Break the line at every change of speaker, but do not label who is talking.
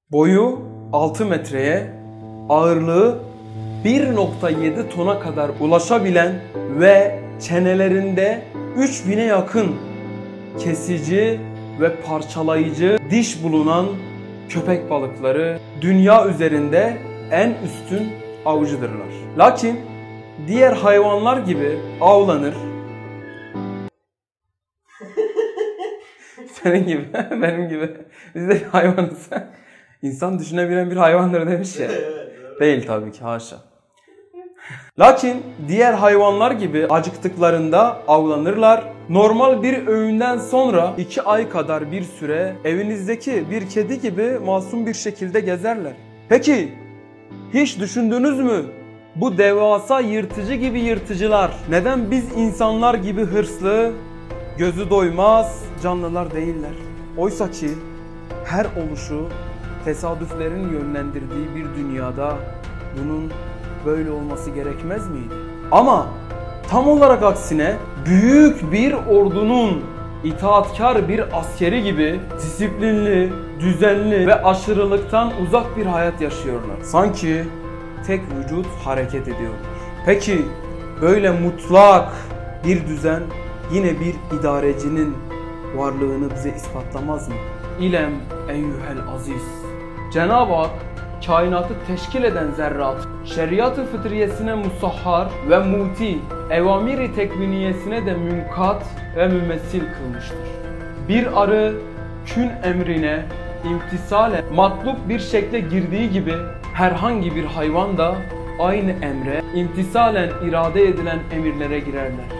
Boyu 6 metreye, ağırlığı 1,7 tona kadar ulaşabilen ve çenelerinde 3000'e yakın kesici ve parçalayıcı diş bulunan köpek balıkları dünya üzerinde en üstün avcıdırlar. Lakin diğer hayvanlar gibi avlanır. Senin gibi, benim gibi. Biz de hayvanız. İnsan düşünebilen bir hayvandır demiş ya. Değil tabii ki, haşa. Lakin diğer hayvanlar gibi acıktıklarında avlanırlar. Normal bir öğünden sonra 2 ay kadar bir süre evinizdeki bir kedi gibi masum bir şekilde gezerler. Peki hiç düşündünüz mü? Bu devasa yırtıcı gibi yırtıcılar neden biz insanlar gibi hırslı, gözü doymaz canlılar değiller? Oysa ki her oluşu tesadüflerin yönlendirdiği bir dünyada bunun böyle olması gerekmez miydi? Ama tam olarak aksine büyük bir ordunun itaatkar bir askeri gibi disiplinli, düzenli ve aşırılıktan uzak bir hayat yaşıyorlar. Sanki tek vücut hareket ediyorlar. Peki böyle mutlak bir düzen yine bir idarecinin varlığını bize ispatlamaz mı? İlem eyyuhel aziz. Cenab-ı Hak kainatı teşkil eden zerrat, şeriat-ı fıtriyesine musahhar ve muti, evamiri tekviniyesine de münkat ve mümessil kılmıştır. Bir arı kün emrine imtisale matlup bir şekle girdiği gibi herhangi bir hayvan da aynı emre imtisalen irade edilen emirlere girerler.